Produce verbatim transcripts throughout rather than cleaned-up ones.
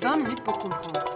vingt minutes pour comprendre.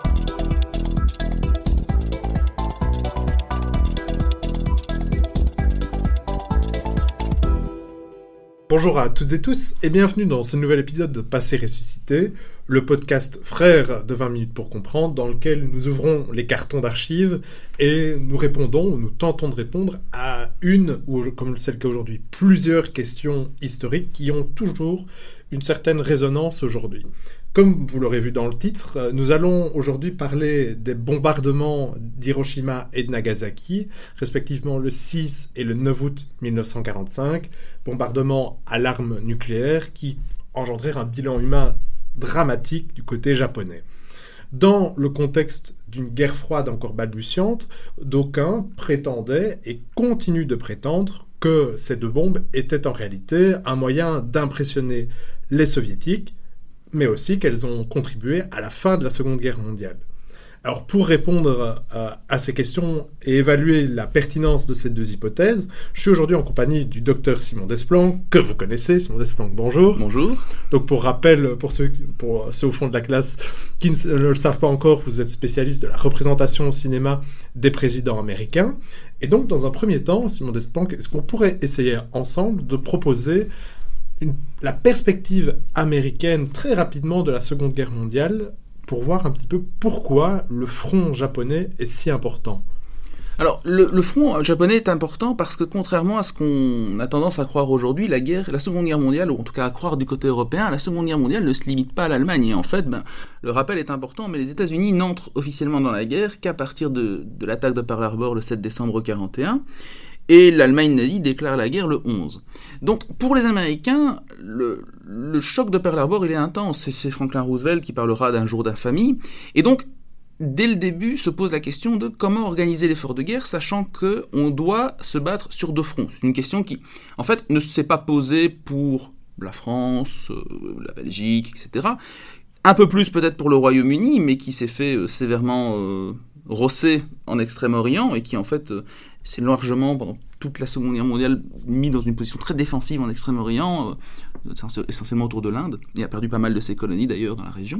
Bonjour à toutes et tous et bienvenue dans ce nouvel épisode de Passé ressuscité, le podcast frère de vingt minutes pour comprendre dans lequel nous ouvrons les cartons d'archives et nous répondons, ou nous tentons de répondre à une, ou comme c'est le cas aujourd'hui, plusieurs questions historiques qui ont toujours une certaine résonance aujourd'hui. Comme vous l'aurez vu dans le titre, nous allons aujourd'hui parler des bombardements d'Hiroshima et de Nagasaki, respectivement le six et le neuf août mille neuf cent quarante-cinq, bombardements à l'arme nucléaire qui engendrèrent un bilan humain dramatique du côté japonais. Dans le contexte d'une guerre froide encore balbutiante, d'aucuns prétendaient et continuent de prétendre que ces deux bombes étaient en réalité un moyen d'impressionner les soviétiques, mais aussi qu'elles ont contribué à la fin de la Seconde Guerre mondiale. Alors pour répondre à, à ces questions et évaluer la pertinence de ces deux hypothèses, je suis aujourd'hui en compagnie du docteur Simon Desplanques, que vous connaissez. Simon Desplanques, bonjour. Bonjour. Donc pour rappel, pour ceux, pour ceux au fond de la classe qui ne, ne le savent pas encore, vous êtes spécialiste de la représentation au cinéma des présidents américains. Et donc dans un premier temps, Simon Desplanques, est-ce qu'on pourrait essayer ensemble de proposer Une, la perspective américaine très rapidement de la Seconde Guerre mondiale pour voir un petit peu pourquoi le front japonais est si important. Alors, le, le front japonais est important parce que contrairement à ce qu'on a tendance à croire aujourd'hui, la guerre, la Seconde Guerre mondiale, ou en tout cas à croire du côté européen, la Seconde Guerre mondiale ne se limite pas à l'Allemagne. Et en fait, ben, le rappel est important, mais les États-Unis n'entrent officiellement dans la guerre qu'à partir de, de l'attaque de Pearl Harbor le sept décembre quarante et un. Et l'Allemagne nazie déclare la guerre le onze. Donc, pour les Américains, le, le choc de Pearl Harbor, il est intense. C'est, c'est Franklin Roosevelt qui parlera d'un jour d'infamie. Et donc, dès le début, se pose la question de comment organiser l'effort de guerre, sachant qu'on doit se battre sur deux fronts. C'est une question qui, en fait, ne s'est pas posée pour la France, euh, la Belgique, et cetera. Un peu plus peut-être pour le Royaume-Uni, mais qui s'est fait euh, sévèrement euh, rosser en Extrême-Orient et qui, en fait... Euh, c'est largement, pendant toute la Seconde Guerre mondiale, mis dans une position très défensive en Extrême-Orient, euh, essentiellement autour de l'Inde, et a perdu pas mal de ses colonies d'ailleurs dans la région.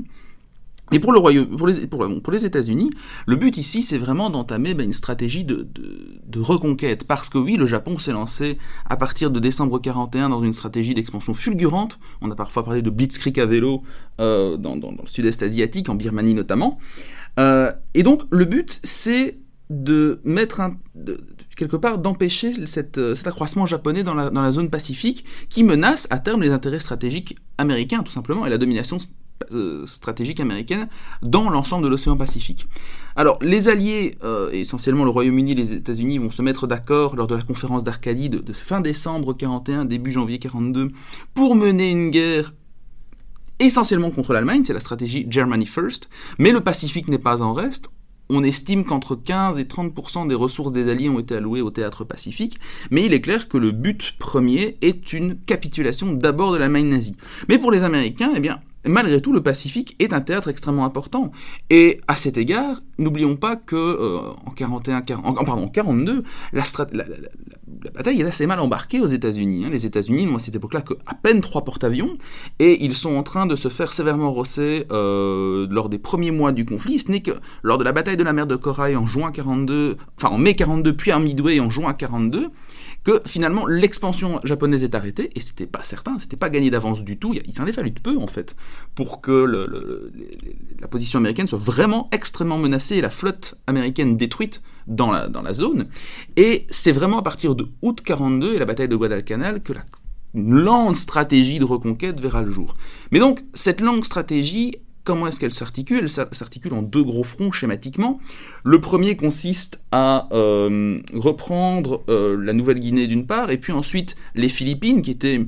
Et pour, le Royaume, pour, les, pour, pour les États-Unis, le but ici, c'est vraiment d'entamer ben, une stratégie de, de, de reconquête. Parce que oui, le Japon s'est lancé à partir de décembre quarante et un dans une stratégie d'expansion fulgurante. On a parfois parlé de blitzkrieg à vélo euh, dans, dans, dans le sud-est asiatique, en Birmanie notamment. Euh, et donc, le but, c'est de mettre un... De, quelque part d'empêcher cette, cet accroissement japonais dans la, dans la zone Pacifique qui menace à terme les intérêts stratégiques américains tout simplement et la domination euh, stratégique américaine dans l'ensemble de l'océan Pacifique. Alors les alliés, euh, essentiellement le Royaume-Uni et les États-Unis, vont se mettre d'accord lors de la conférence d'Arcadie de, de fin décembre quarante et un, début janvier quarante-deux pour mener une guerre essentiellement contre l'Allemagne, c'est la stratégie Germany First, mais le Pacifique n'est pas en reste. On estime qu'entre quinze et trente pour cent des ressources des Alliés ont été allouées au théâtre pacifique, mais il est clair que le but premier est une capitulation d'abord de l'Allemagne nazie. Mais pour les Américains, eh bien, malgré tout, le Pacifique est un théâtre extrêmement important. Et à cet égard, n'oublions pas que euh, en quarante et un, quarante, en, pardon, en quarante-deux, la, strat, la, la, la, la bataille est assez mal embarquée aux États-Unis. Hein. Les États-Unis n'ont à cette époque-là qu'à peine trois porte-avions, et ils sont en train de se faire sévèrement rosser euh, lors des premiers mois du conflit. Ce n'est que lors de la bataille de la mer de Corail en juin quarante-deux, enfin en mai quarante-deux, puis à Midway en juin quarante-deux, que finalement l'expansion japonaise est arrêtée, et c'était pas certain, c'était pas gagné d'avance du tout, il s'en est fallu de peu en fait, pour que le, le, le, la position américaine soit vraiment extrêmement menacée et la flotte américaine détruite dans la, dans la zone. Et c'est vraiment à partir de août quarante-deux et la bataille de Guadalcanal que la lente stratégie de reconquête verra le jour. Mais donc, cette longue stratégie, comment est-ce qu'elle s'articule ? Elle s'articule en deux gros fronts schématiquement. Le premier consiste à euh, reprendre euh, la Nouvelle-Guinée d'une part, et puis ensuite les Philippines, qui étaient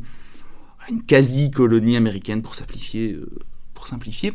une quasi-colonie américaine pour simplifier, euh, pour simplifier,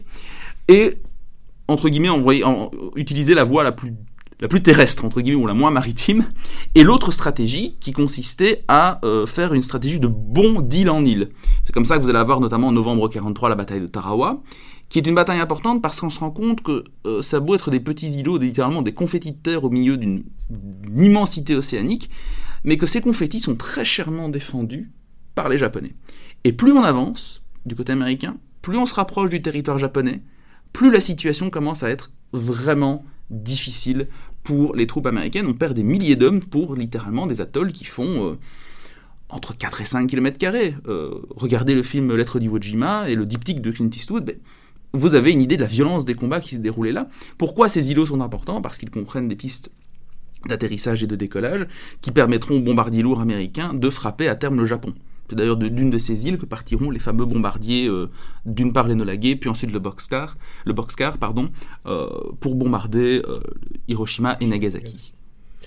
et entre guillemets envoyer, en, utiliser la voie la plus la plus terrestre, entre guillemets, ou la moins maritime, et l'autre stratégie qui consistait à euh, faire une stratégie de bond d'île en île. C'est comme ça que vous allez avoir notamment en novembre quarante-trois la bataille de Tarawa, qui est une bataille importante parce qu'on se rend compte que euh, ça a beau être des petits îlots, des, littéralement des confettis de terre au milieu d'une, d'une immensité océanique, mais que ces confettis sont très chèrement défendus par les Japonais. Et plus on avance, du côté américain, plus on se rapproche du territoire japonais, plus la situation commence à être vraiment difficile pour les troupes américaines. On perd des milliers d'hommes pour littéralement des atolls qui font euh, entre quatre et cinq kilomètres carrés. Euh, regardez le film Lettre d'Iwo Jima et le diptyque de Clint Eastwood, ben, vous avez une idée de la violence des combats qui se déroulaient là. Pourquoi ces îlots sont importants ? Parce qu'ils comprennent des pistes d'atterrissage et de décollage qui permettront aux bombardiers lourds américains de frapper à terme le Japon. C'est d'ailleurs de, d'une de ces îles que partiront les fameux bombardiers, euh, d'une part l'Enola Gay, puis ensuite le Boxcar, le Boxcar pardon, euh, pour bombarder euh, Hiroshima et Nagasaki.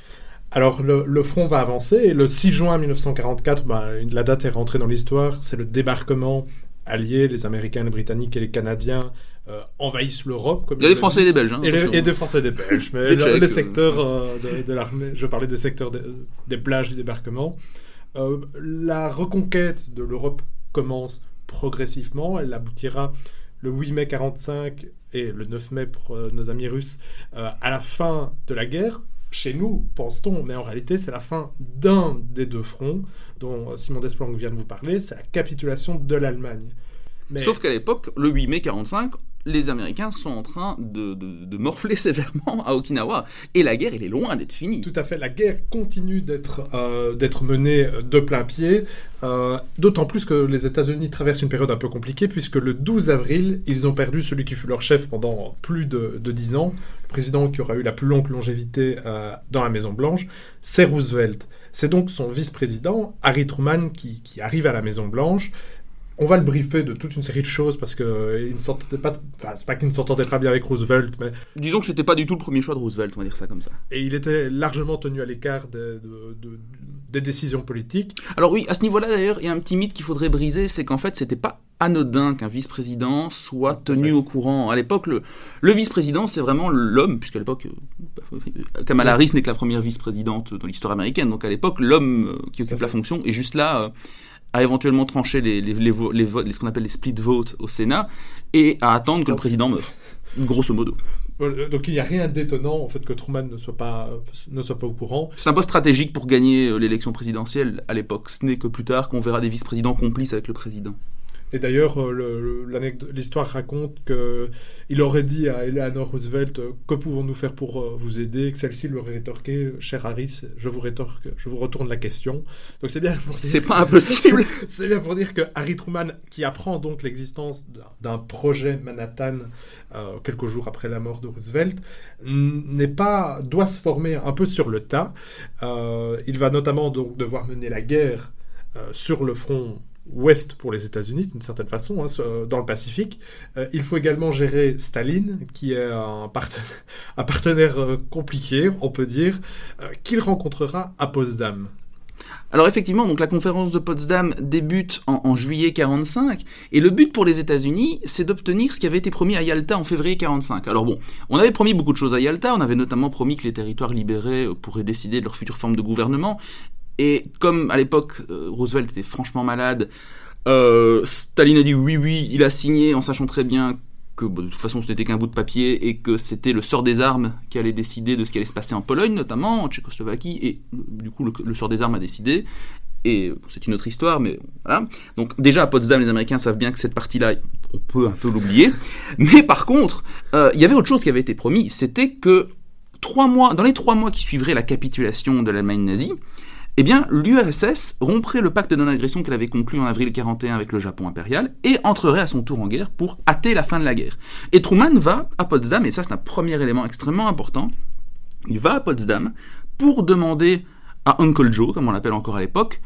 Alors le, le front va avancer et le six juin mille neuf cent quarante-quatre, bah, la date est rentrée dans l'histoire, c'est le débarquement allié, les Américains, les Britanniques et les Canadiens euh, envahissent l'Europe. Comme il y a des Français et des Belges. Hein, et, les, et des Français et des Belges. Mais le, Tchèques, les secteurs euh, de, de l'armée, je parlais des secteurs de, des plages du débarquement. Euh, la reconquête de l'Europe commence progressivement. Elle aboutira le huit mai quarante-cinq et le neuf mai pour euh, nos amis russes euh, à la fin de la guerre. Chez nous, pense-t-on, mais en réalité, c'est la fin d'un des deux fronts dont Simon Desplanques vient de vous parler, c'est la capitulation de l'Allemagne. Mais... Sauf qu'à l'époque, le huit mai quarante-cinq, les Américains sont en train de, de, de morfler sévèrement à Okinawa. Et la guerre, elle est loin d'être finie. Tout à fait. La guerre continue d'être, euh, d'être menée de plein pied. Euh, d'autant plus que les États-Unis traversent une période un peu compliquée, puisque le douze avril, ils ont perdu celui qui fut leur chef pendant plus de, de dix ans. Le président qui aura eu la plus longue longévité euh, dans la Maison-Blanche, c'est Roosevelt. C'est donc son vice-président, Harry Truman, qui, qui arrive à la Maison-Blanche. On va le briefer de toute une série de choses parce que euh, il ne s'entendait pas, enfin c'est pas qu'il ne s'entendait pas bien avec Roosevelt, mais disons que c'était pas du tout le premier choix de Roosevelt, on va dire ça comme ça. Et il était largement tenu à l'écart de, de, de, des décisions politiques. Alors oui, à ce niveau-là d'ailleurs, il y a un petit mythe qu'il faudrait briser, c'est qu'en fait c'était pas anodin qu'un vice-président soit tenu au courant. À l'époque, le, le vice-président, c'est vraiment l'homme, puisqu'à l'époque, euh, Kamala Harris n'est que la première vice-présidente dans l'histoire américaine, donc à l'époque, l'homme qui occupe la fonction est juste là. Euh, à éventuellement trancher les, les, les, les votes, ce qu'on appelle les split votes au Sénat, et à attendre que le président meure, grosso modo. Donc il n'y a rien d'étonnant en fait que Truman ne soit pas, ne soit pas au courant. C'est un poste stratégique pour gagner l'élection présidentielle à l'époque. Ce n'est que plus tard qu'on verra des vice-présidents complices avec le président. Et d'ailleurs, le, le, l'histoire raconte qu'il aurait dit à Eleanor Roosevelt « Que pouvons-nous faire pour vous aider ?» que celle-ci lui aurait rétorqué « Cher Harris, je vous rétorque, je vous retourne la question. » Donc c'est bien pour dire c'est pas impossible. C'est bien pour dire que Harry Truman, qui apprend donc l'existence d'un projet Manhattan euh, quelques jours après la mort de Roosevelt, n'est pas, doit se former un peu sur le tas. Euh, il va notamment donc devoir mener la guerre euh, sur le front ouest pour les États-Unis, d'une certaine façon, hein, dans le Pacifique. Euh, il faut également gérer Staline, qui est un partenaire, un partenaire euh, compliqué, on peut dire, euh, qu'il rencontrera à Potsdam. Alors effectivement, donc la conférence de Potsdam débute en, en juillet quarante-cinq, et le but pour les États-Unis, c'est d'obtenir ce qui avait été promis à Yalta en février quarante-cinq. Alors bon, on avait promis beaucoup de choses à Yalta, on avait notamment promis que les territoires libérés pourraient décider de leur future forme de gouvernement, et comme à l'époque, euh, Roosevelt était franchement malade, euh, Staline a dit oui, oui, il a signé en sachant très bien que bon, de toute façon ce n'était qu'un bout de papier et que c'était le sort des armes qui allait décider de ce qui allait se passer en Pologne notamment, en Tchécoslovaquie, et du coup le, le sort des armes a décidé, et bon, c'est une autre histoire, mais voilà. Donc déjà à Potsdam, les Américains savent bien que cette partie-là, on peut un peu l'oublier, mais par contre, euh, il y avait autre chose qui avait été promis, c'était que trois mois, dans les trois mois qui suivraient la capitulation de l'Allemagne nazie, eh bien, l'U R S S romprait le pacte de non-agression qu'elle avait conclu en avril quarante et un avec le Japon impérial et entrerait à son tour en guerre pour hâter la fin de la guerre. Et Truman va à Potsdam, et ça c'est un premier élément extrêmement important, il va à Potsdam pour demander à Uncle Joe, comme on l'appelle encore à l'époque,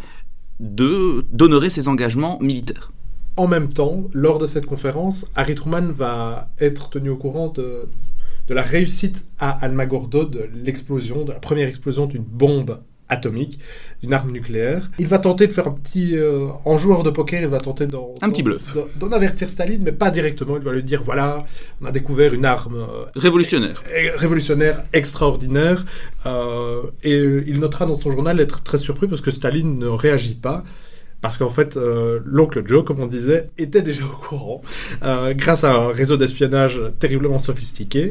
de, d'honorer ses engagements militaires. En même temps, lors de cette conférence, Harry Truman va être tenu au courant de, de la réussite à Alamogordo, de l'explosion, de la première explosion d'une bombe atomique, d'une arme nucléaire. Il va tenter de faire un petit... Euh, en joueur de poker, il va tenter d'en, un petit bluff. D'en, d'en avertir Staline, mais pas directement. Il va lui dire, voilà, on a découvert une arme... Euh, révolutionnaire. É- révolutionnaire, extraordinaire. Euh, et il notera dans son journal être très surpris parce que Staline ne réagit pas. Parce qu'en fait, euh, l'oncle Joe, comme on disait, était déjà au courant, euh, grâce à un réseau d'espionnage terriblement sophistiqué.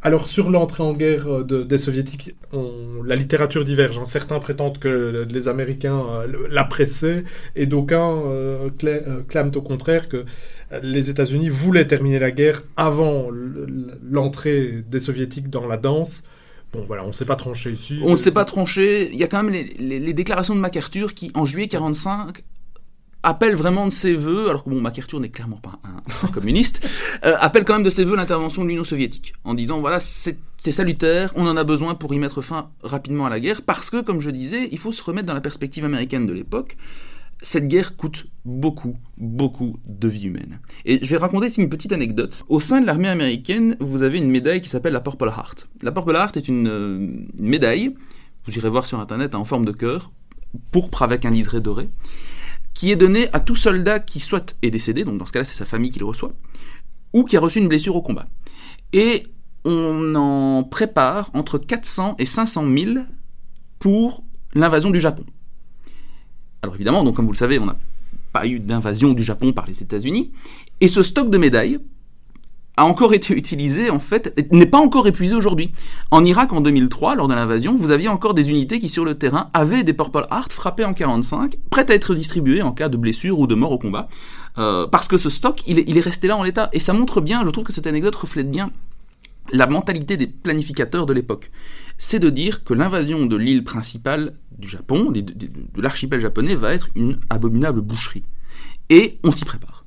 Alors sur l'entrée en guerre de, des soviétiques, on, la littérature diverge. Hein. Certains prétendent que les Américains euh, la pressaient et d'aucuns euh, cla- euh, clament au contraire que les États-Unis voulaient terminer la guerre avant l'entrée des soviétiques dans la danse. Bon voilà, on ne s'est pas tranché ici. On ne s'est pas tranché. Il y a quand même les, les, les déclarations de MacArthur qui, en juillet quarante-cinq, appelle vraiment de ses voeux, alors que bon, MacArthur n'est clairement pas un, un communiste, euh, appelle quand même de ses voeux l'intervention de l'Union soviétique, en disant voilà, c'est, c'est salutaire, on en a besoin pour y mettre fin rapidement à la guerre, parce que, comme je disais, il faut se remettre dans la perspective américaine de l'époque. Cette guerre coûte beaucoup, beaucoup de vies humaines. Et je vais raconter ici une petite anecdote. Au sein de l'armée américaine, vous avez une médaille qui s'appelle la Purple Heart. La Purple Heart est une, euh, une médaille, vous irez voir sur internet, en forme de cœur, pourpre avec un liseré doré, qui est donné à tout soldat qui soit est décédé, donc dans ce cas-là c'est sa famille qui le reçoit, ou qui a reçu une blessure au combat. Et on en prépare entre quatre cents et cinq cent mille pour l'invasion du Japon. Alors évidemment, donc comme vous le savez, on n'a pas eu d'invasion du Japon par les États-Unis, et ce stock de médailles a encore été utilisé, en fait, n'est pas encore épuisé aujourd'hui. En Irak, en deux mille trois, lors de l'invasion, vous aviez encore des unités qui, sur le terrain, avaient des Purple Heart frappées en quarante-cinq, prêtes à être distribuées en cas de blessure ou de mort au combat, euh, parce que ce stock, il est, il est resté là en l'état. Et ça montre bien, je trouve que cette anecdote reflète bien la mentalité des planificateurs de l'époque. C'est de dire que l'invasion de l'île principale du Japon, de, de, de, de l'archipel japonais, va être une abominable boucherie. Et on s'y prépare.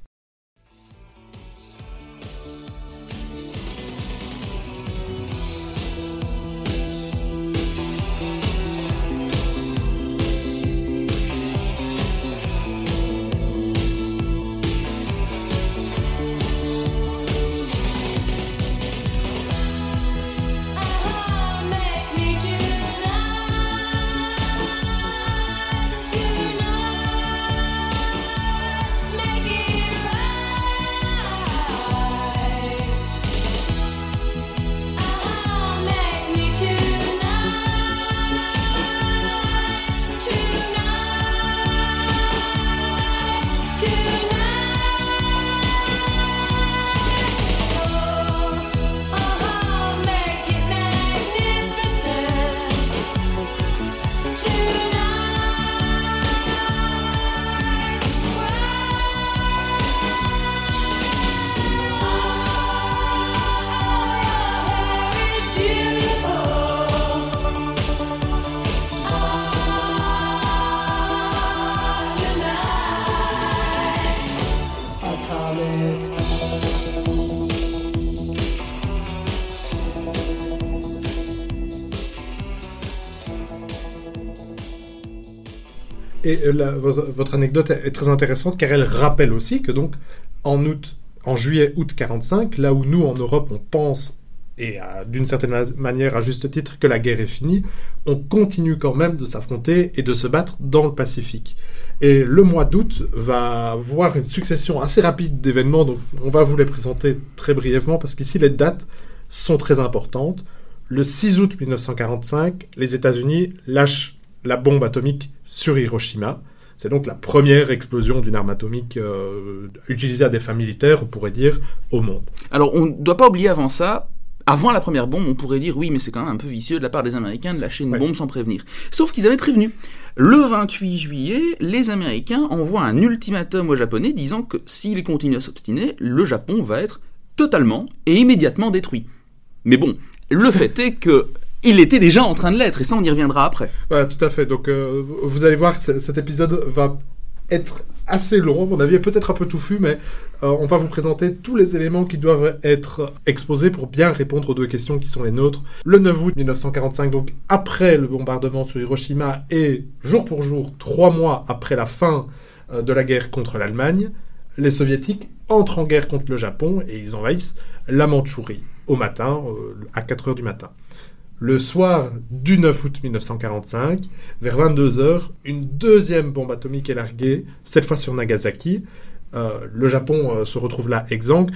Et la, votre, votre anecdote est très intéressante car elle rappelle aussi que donc en août, en juillet-août quarante-cinq, là où nous en Europe on pense, et à, d'une certaine manière à juste titre, que la guerre est finie, on continue quand même de s'affronter et de se battre dans le Pacifique. Et le mois d'août va voir une succession assez rapide d'événements, donc on va vous les présenter très brièvement parce qu'ici les dates sont très importantes. Le six août mille neuf cent quarante-cinq, les États-Unis lâchent la bombe atomique sur Hiroshima. C'est donc la première explosion d'une arme atomique euh, utilisée à des fins militaires, on pourrait dire, au monde. Alors, on ne doit pas oublier avant ça, avant la première bombe, on pourrait dire, oui, mais c'est quand même un peu vicieux de la part des Américains de lâcher une ouais. bombe sans prévenir. Sauf qu'ils avaient prévenu. Le vingt-huit juillet, les Américains envoient un ultimatum aux Japonais disant que s'ils continuent à s'obstiner, le Japon va être totalement et immédiatement détruit. Mais bon, le fait est que il était déjà en train de l'être, et ça on y reviendra après. Voilà, tout à fait. Donc euh, vous allez voir que cet épisode va être assez long, à mon avis, peut-être un peu touffu, mais euh, on va vous présenter tous les éléments qui doivent être exposés pour bien répondre aux deux questions qui sont les nôtres. Le neuf août mille neuf cent quarante-cinq, donc après le bombardement sur Hiroshima, et jour pour jour, trois mois après la fin euh, de la guerre contre l'Allemagne, les Soviétiques entrent en guerre contre le Japon et ils envahissent la Mandchourie au matin, euh, à quatre heures du matin. Le soir du neuf août mille neuf cent quarante-cinq, vers vingt-deux heures, une deuxième bombe atomique est larguée, cette fois sur Nagasaki. Euh, le Japon euh, se retrouve là exsangue.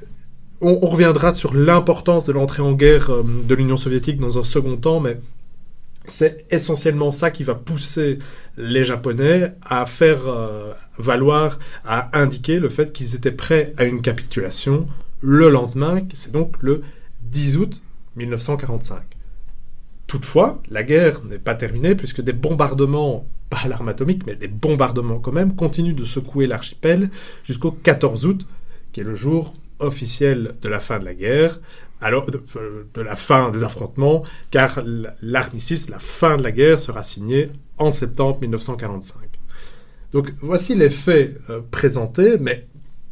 On, on reviendra sur l'importance de l'entrée en guerre euh, de l'Union soviétique dans un second temps, mais c'est essentiellement ça qui va pousser les Japonais à faire euh, valoir, à indiquer le fait qu'ils étaient prêts à une capitulation le lendemain, c'est donc le dix août mille neuf cent quarante-cinq. Toutefois, la guerre n'est pas terminée puisque des bombardements, pas à l'arme atomique, mais des bombardements quand même, continuent de secouer l'archipel jusqu'au quatorze août, qui est le jour officiel de la fin de la guerre, alors de, de la fin des affrontements, car l'armistice, la fin de la guerre, sera signée en septembre mille neuf cent quarante-cinq. Donc voici les faits euh, présentés, mais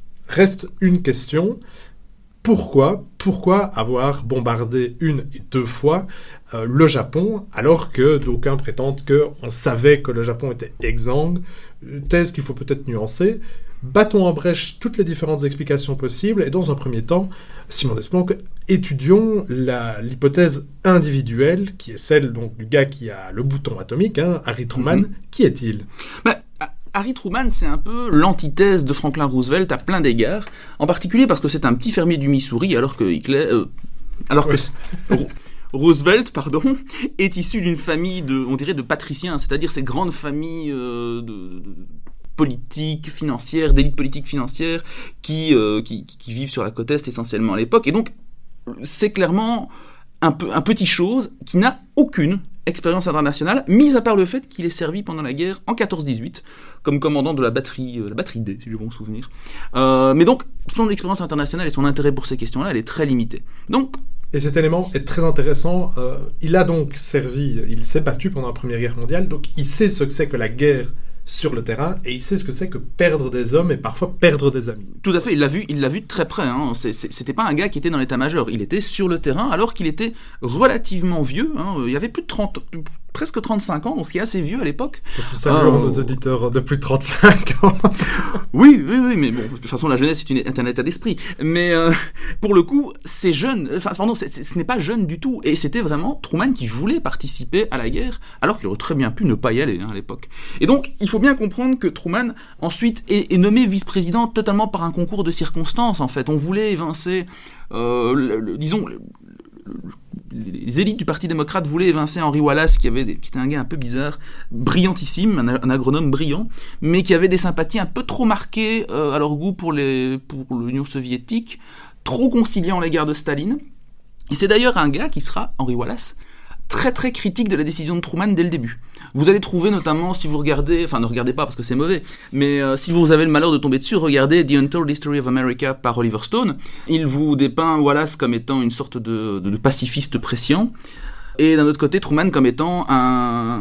reste une question. Pourquoi, pourquoi avoir bombardé une et deux fois euh, le Japon, alors que d'aucuns prétendent qu'on savait que le Japon était exsangue, thèse qu'il faut peut-être nuancer. Battons en brèche toutes les différentes explications possibles, et dans un premier temps, Simon Desplanques, étudions la, l'hypothèse individuelle, qui est celle donc, du gars qui a le bouton atomique, hein, Harry Truman. Mm-hmm. Qui est-il ? bah, Harry Truman, c'est un peu l'antithèse de Franklin Roosevelt à plein d'égards, en particulier parce que c'est un petit fermier du Missouri, alors que Hitler, euh, alors que oui. Roosevelt, pardon, est issu d'une famille de, on dirait, de patriciens, c'est-à-dire ces grandes familles euh, de, de politiques, financières, d'élite politique financière, qui, euh, qui, qui vivent sur la côte Est essentiellement à l'époque, et donc c'est clairement un, peu, un petit chose qui n'a aucune expérience internationale, mis à part le fait qu'il ait servi pendant la guerre en quatorze dix-huit, comme commandant de la batterie, euh, la batterie D, si j'ai bon souvenir. Euh, mais donc, son expérience internationale et son intérêt pour ces questions-là, elle est très limitée. Donc, et cet élément est très intéressant. Euh, il a donc servi, il s'est battu pendant la Première Guerre mondiale, donc il sait ce que c'est que la guerre sur le terrain, et il sait ce que c'est que perdre des hommes et parfois perdre des amis. Tout à fait, il l'a vu, il l'a vu de très près. Hein. C'est, c'est, c'était pas un gars qui était dans l'état-major, il était sur le terrain alors qu'il était relativement vieux. Hein. Il avait plus de trente, presque trente-cinq ans, donc ce qui est assez vieux à l'époque. Nous saluons euh... nos auditeurs de plus de trente-cinq ans. oui, oui, oui, mais bon, de toute façon, la jeunesse est, une, est un état d'esprit. Mais euh, pour le coup, c'est jeune, enfin, pardon, c'est, c'est, ce n'est pas jeune du tout. Et c'était vraiment Truman qui voulait participer à la guerre, alors qu'il aurait très bien pu ne pas y aller hein, à l'époque. Et donc, il faut bien comprendre que Truman, ensuite, est, est nommé vice-président totalement par un concours de circonstances, en fait. On voulait évincer, euh, le, le, disons... Le, les élites du Parti démocrate voulaient évincer Henry Wallace, qui, avait des, qui était un gars un peu bizarre, brillantissime, un, un agronome brillant, mais qui avait des sympathies un peu trop marquées euh, à leur goût pour, les, pour l'Union soviétique, trop conciliant à l'égard de Staline. Et c'est d'ailleurs un gars qui sera, Henry Wallace, très très critique de la décision de Truman dès le début. Vous allez trouver notamment, si vous regardez, enfin ne regardez pas parce que c'est mauvais, mais euh, si vous avez le malheur de tomber dessus, regardez The Untold History of America par Oliver Stone. Il vous dépeint Wallace comme étant une sorte de, de, de pacifiste prescient, et d'un autre côté Truman comme étant un,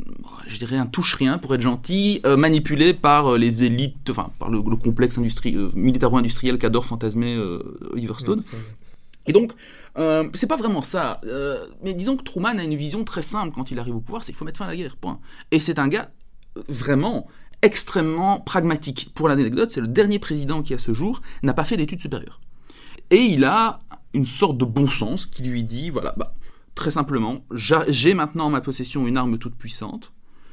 je dirais un touche-rien pour être gentil, euh, manipulé par les élites, enfin par le, le complexe industrie, euh, militaro-industriel qu'adore fantasmer euh, Oliver Stone. Oui, et donc, euh, c'est pas vraiment ça. Euh, mais disons que Truman a une vision très simple quand il arrive au pouvoir, c'est qu'il faut mettre fin à la guerre, point. Et c'est un gars vraiment extrêmement pragmatique. Pour l'anecdote, c'est le dernier président qui, à ce jour, n'a pas fait d'études supérieures. Et il a une sorte de bon sens qui lui dit, voilà, bah, très simplement, j'ai maintenant en ma possession une arme toute puissante,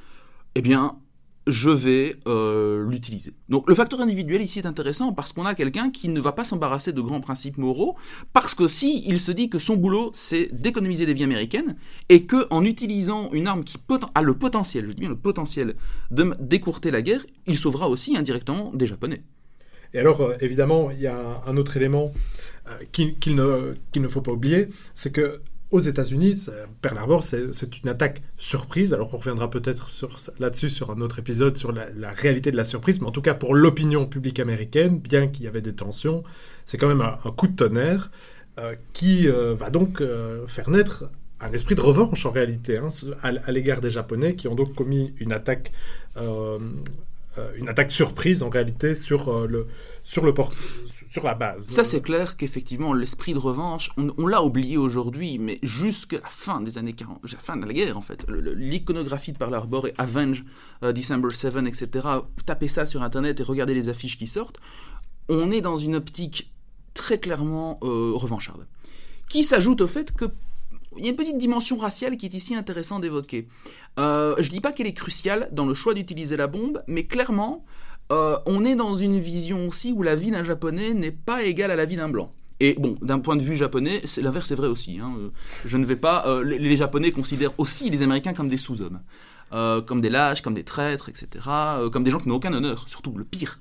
eh bien... je vais euh, l'utiliser. Donc le facteur individuel ici est intéressant parce qu'on a quelqu'un qui ne va pas s'embarrasser de grands principes moraux, parce que si il se dit que son boulot c'est d'économiser des vies américaines et que en utilisant une arme qui pot- a le potentiel, je dis bien le potentiel de d'écourter la guerre, il sauvera aussi indirectement des Japonais. Et alors euh, évidemment il y a un autre élément euh, qu'il, qu'il, ne, qu'il ne faut pas oublier, c'est que aux États-Unis, Pearl Harbor, c'est, c'est une attaque surprise. Alors on reviendra peut-être sur, là-dessus sur un autre épisode, sur la, la réalité de la surprise, mais en tout cas pour l'opinion publique américaine, bien qu'il y avait des tensions, c'est quand même un, un coup de tonnerre euh, qui euh, va donc euh, faire naître un esprit de revanche en réalité, hein, à, à l'égard des Japonais qui ont donc commis une attaque, euh, euh, une attaque surprise en réalité sur euh, le sur le port- sur la base. Ça, c'est clair qu'effectivement, l'esprit de revanche, on, on l'a oublié aujourd'hui, mais jusqu'à la fin des années quarante, la fin de la guerre, en fait, le, le, l'iconographie de Pearl Harbor et Avenge, uh, December seventh, et cetera, tapez ça sur Internet et regardez les affiches qui sortent, on est dans une optique très clairement euh, revancharde, qui s'ajoute au fait que il y a une petite dimension raciale qui est ici intéressante d'évoquer. Euh, je ne dis pas qu'elle est cruciale dans le choix d'utiliser la bombe, mais clairement... Euh, on est dans une vision aussi où la vie d'un japonais n'est pas égale à la vie d'un blanc. Et bon, d'un point de vue japonais, c'est, l'inverse est vrai aussi. Hein. Je ne vais pas... Euh, les, les japonais considèrent aussi les Américains comme des sous-hommes. Euh, comme des lâches, comme des traîtres, et cetera. Euh, comme des gens qui n'ont aucun honneur. Surtout le pire,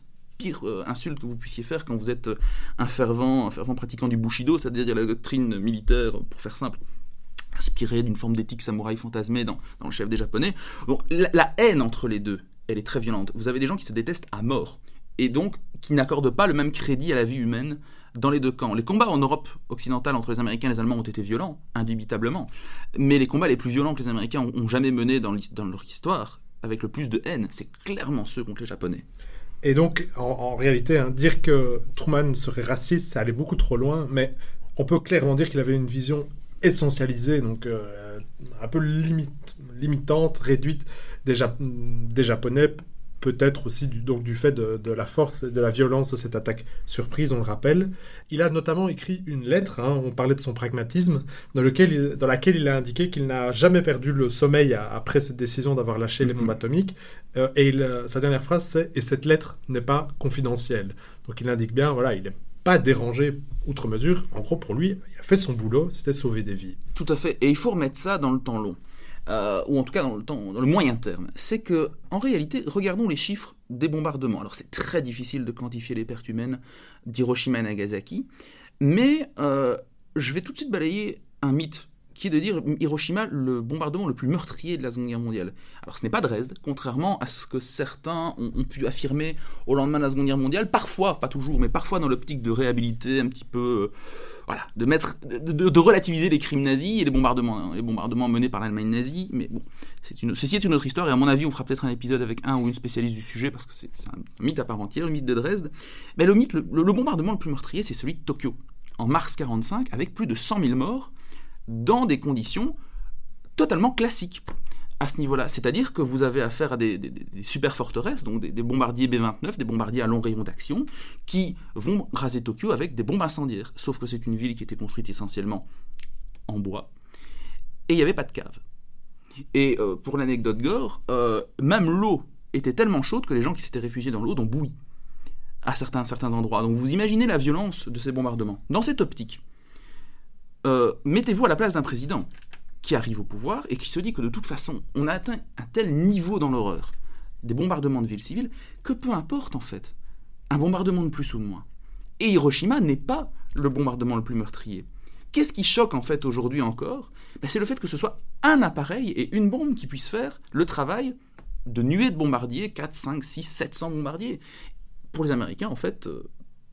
pire euh, insulte que vous puissiez faire quand vous êtes un fervent, un fervent pratiquant du Bushido, c'est-à-dire la doctrine militaire, pour faire simple, inspirée d'une forme d'éthique samouraï fantasmée dans, dans le chef des Japonais. Donc la, la haine entre les deux, elle est très violente. Vous avez des gens qui se détestent à mort, et donc qui n'accordent pas le même crédit à la vie humaine dans les deux camps. Les combats en Europe occidentale entre les Américains et les Allemands ont été violents, indubitablement, mais les combats les plus violents que les Américains ont, ont jamais menés dans, dans leur histoire, avec le plus de haine, c'est clairement ceux contre les Japonais. Et donc, en, en réalité, hein, dire que Truman serait raciste, ça allait beaucoup trop loin, mais on peut clairement dire qu'il avait une vision essentialisée, donc euh, un peu limite, limitante, réduite des, Jap- des Japonais, peut-être aussi du, donc du fait de, de la force et de la violence de cette attaque surprise, on le rappelle. Il a notamment écrit une lettre, hein, on parlait de son pragmatisme, dans, lequel il, dans laquelle il a indiqué qu'il n'a jamais perdu le sommeil à, après cette décision d'avoir lâché mm-hmm. les bombes atomiques. Euh, et il, sa dernière phrase, c'est « Et cette lettre n'est pas confidentielle ». Donc il indique bien, voilà, il n'est pas dérangé outre mesure. En gros, pour lui, il a fait son boulot, c'était sauver des vies. Tout à fait, et il faut remettre ça dans le temps long. Euh, ou en tout cas dans le, temps, dans le moyen terme, c'est que, en réalité, regardons les chiffres des bombardements. Alors c'est très difficile de quantifier les pertes humaines d'Hiroshima et Nagasaki, mais euh, je vais tout de suite balayer un mythe, qui est de dire Hiroshima, le bombardement le plus meurtrier de la Seconde Guerre mondiale. Alors ce n'est pas Dresde, contrairement à ce que certains ont, ont pu affirmer au lendemain de la Seconde Guerre mondiale, parfois, pas toujours, mais parfois dans l'optique de réhabiliter un petit peu... Euh, Voilà, de, mettre, de, de, de relativiser les crimes nazis et les bombardements, hein, les bombardements menés par l'Allemagne nazie, mais bon, c'est une, ceci est une autre histoire, et à mon avis, on fera peut-être un épisode avec un ou une spécialiste du sujet, parce que c'est, c'est un mythe à part entière, le mythe de Dresde. Mais le mythe, le, le, le bombardement le plus meurtrier, c'est celui de Tokyo, en mars quarante-cinq, avec plus de cent mille morts, dans des conditions totalement classiques à ce niveau-là. C'est-à-dire que vous avez affaire à des, des, des super forteresses, donc des, des bombardiers B vingt-neuf, des bombardiers à long rayon d'action, qui vont raser Tokyo avec des bombes incendiaires. Sauf que c'est une ville qui était construite essentiellement en bois, et il n'y avait pas de cave. Et euh, pour l'anecdote gore, euh, même l'eau était tellement chaude que les gens qui s'étaient réfugiés dans l'eau ont bouilli à certains, certains endroits. Donc vous imaginez la violence de ces bombardements. Dans cette optique, euh, mettez-vous à la place d'un président qui arrive au pouvoir et qui se dit que de toute façon, on a atteint un tel niveau dans l'horreur des bombardements de villes civiles que peu importe en fait, un bombardement de plus ou de moins. Et Hiroshima n'est pas le bombardement le plus meurtrier. Qu'est-ce qui choque en fait aujourd'hui encore ? Ben, c'est le fait que ce soit un appareil et une bombe qui puisse faire le travail de nuées de bombardiers, quatre, cinq, six, sept cents bombardiers. Pour les Américains, en fait, euh,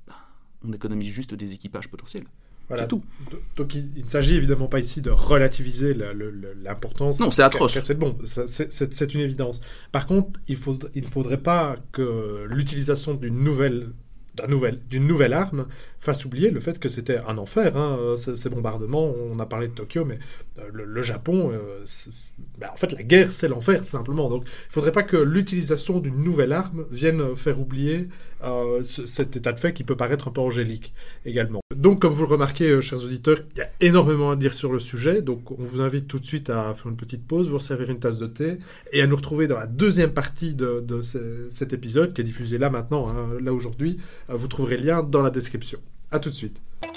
on économise juste des équipages potentiels. Voilà. C'est tout. Donc il, il ne s'agit évidemment pas ici de relativiser la, la, la, l'importance. Non, c'est atroce. C'est bon, ça, c'est, c'est, c'est une évidence. Par contre, il, faut, il ne faudrait pas que l'utilisation d'une nouvelle, d'un nouvel, d'une nouvelle arme fasse oublier le fait que c'était un enfer, hein, ces, ces bombardements. On a parlé de Tokyo, mais le, le Japon, euh, ben en fait, la guerre, c'est l'enfer, simplement. Donc, il ne faudrait pas que l'utilisation d'une nouvelle arme vienne faire oublier euh, ce, cet état de fait qui peut paraître un peu angélique également. Donc, comme vous le remarquez, euh, chers auditeurs, il y a énormément à dire sur le sujet. Donc, on vous invite tout de suite à faire une petite pause, vous servir une tasse de thé et à nous retrouver dans la deuxième partie de, de ce, cet épisode qui est diffusé là maintenant, hein, là aujourd'hui. Euh, vous trouverez le lien dans la description. À tout de suite.